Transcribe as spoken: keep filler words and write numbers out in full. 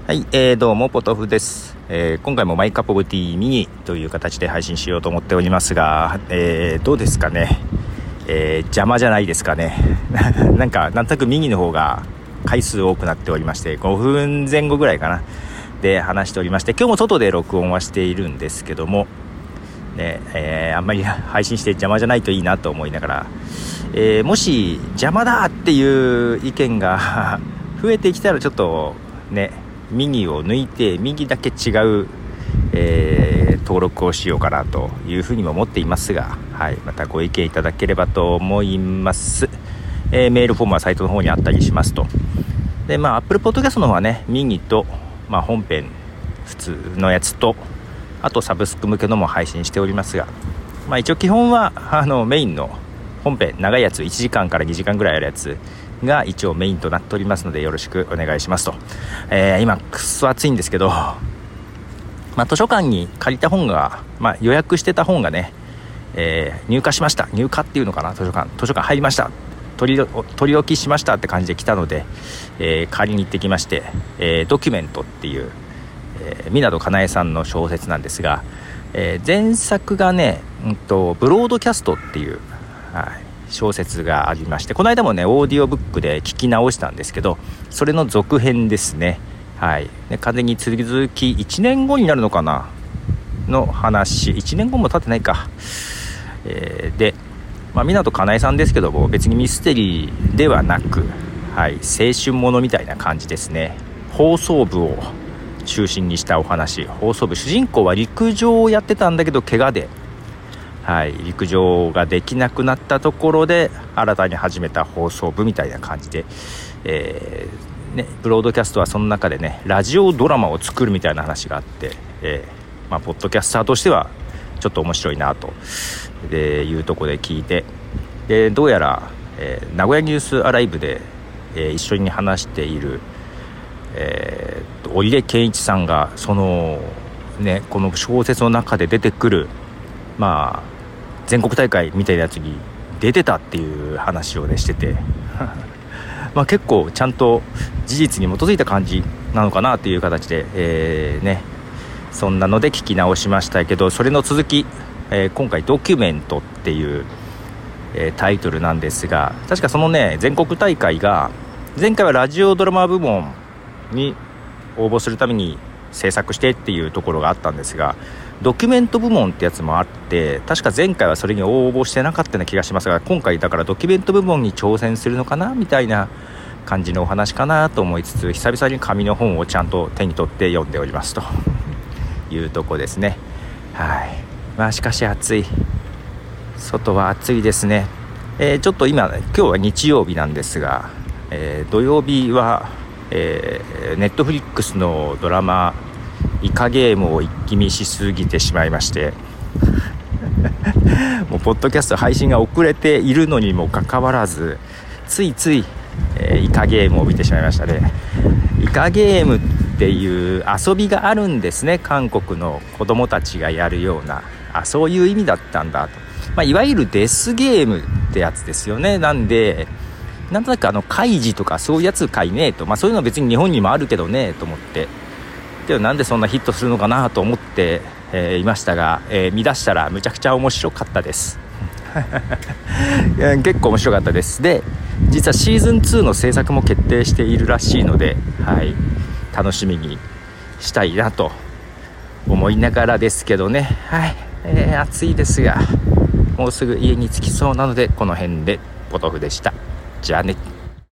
はい、えー、どうもポトフです、えー、今回もマイカップオブティーミニという形で配信しようと思っておりますが、えー、どうですかね、えー、邪魔じゃないですかねなんかなんとなくミニの方が回数多くなっておりまして、ごふんぜん後ぐらいかなで話しておりまして、今日も外で録音はしているんですけどもね、えー、あんまり配信して邪魔じゃないといいなと思いながら、えー、もし邪魔だっていう意見が増えてきたらちょっとねミニを抜いて右だけ違う、えー、登録をしようかなというふうにも思っていますが、はい、またご意見いただければと思います。えー、メールフォームはサイトの方にあったりしますと。で、まあ Apple Podcast の方はねミニと、まあ、本編普通のやつとあとサブスク向けのも配信しておりますが、まあ、一応基本はあのメインの本編長いやついちじかんからにじかんぐらいあるやつが一応メインとなっておりますのでよろしくお願いしますと。えー、今くっそ暑いんですけど、まあ、図書館に借りた本が、まあ、予約してた本がね、えー、入荷しました、入荷っていうのかな、図書館図書館入りました、取り取り置きしましたって感じで来たので、えー、借りに行ってきまして、えー、ドキュメントっていう、えー、湊かなえさんの小説なんですが、えー、前作がね、うんと、ブロードキャストっていう、はい小説がありまして、この間もねオーディオブックで聞き直したんですけど、それの続編ですね。はい、で完全に続きいちねんごになるのかなの話、いちねんごも経ってないか、えー、で、まあ、湊かなえさんですけども別にミステリーではなく、はい、青春ものみたいな感じですね。放送部を中心にしたお話。放送部主人公は陸上をやってたんだけど怪我で、はい、陸上ができなくなったところで新たに始めた放送部みたいな感じで、えーね、ブロードキャストはその中でねラジオドラマを作るみたいな話があって、えーまあ、ポッドキャスターとしてはちょっと面白いなとでいうところで聞いて、でどうやら、えー、名古屋ニュースアライブで、えー、一緒に話している、えー、織出健一さんがその、ね、この小説の中で出てくるまあ全国大会みたいなやつに出てたっていう話をねしててまあ結構ちゃんと事実に基づいた感じなのかなっていう形で、えー、ねそんなので聞き直しましたけど、それの続き、えー、今回ドキュメントっていう、えー、タイトルなんですが、確かそのね全国大会が前回はラジオドラマ部門に応募するために制作してっていうところがあったんですが、ドキュメント部門ってやつもあって、確か前回はそれに応募してなかったような気がしますが、今回だからドキュメント部門に挑戦するのかなみたいな感じのお話かなと思いつつ、久々に紙の本をちゃんと手に取って読んでおりますというとこですね。はい、まあしかし暑い、外は暑いですね。えー、ちょっと今今日は日曜日なんですが、えー、土曜日は、えー、ネットフリックスのドラマイカゲームを一気見しすぎてしまいましてもうポッドキャスト配信が遅れているのにもかかわらずついつい、えー、イカゲームを見てしまいましたね。イカゲームっていう遊びがあるんですね、韓国の子供たちがやるような。あ、そういう意味だったんだと、まあ、いわゆるデスゲームってやつですよね。なんでなんとなくあのカイジとかそういうやつかいねえと、まあ、そういうのは別に日本にもあるけどねと思って、でなんでそんなヒットするのかなと思って、えー、いましたが、えー、見出したらむちゃくちゃ面白かったです結構面白かったです。で実はシーズンツーの制作も決定しているらしいので、はい、楽しみにしたいなと思いながらですけどね。はい、えー、暑いですがもうすぐ家に着きそうなのでこの辺でポトフでした。じゃあね。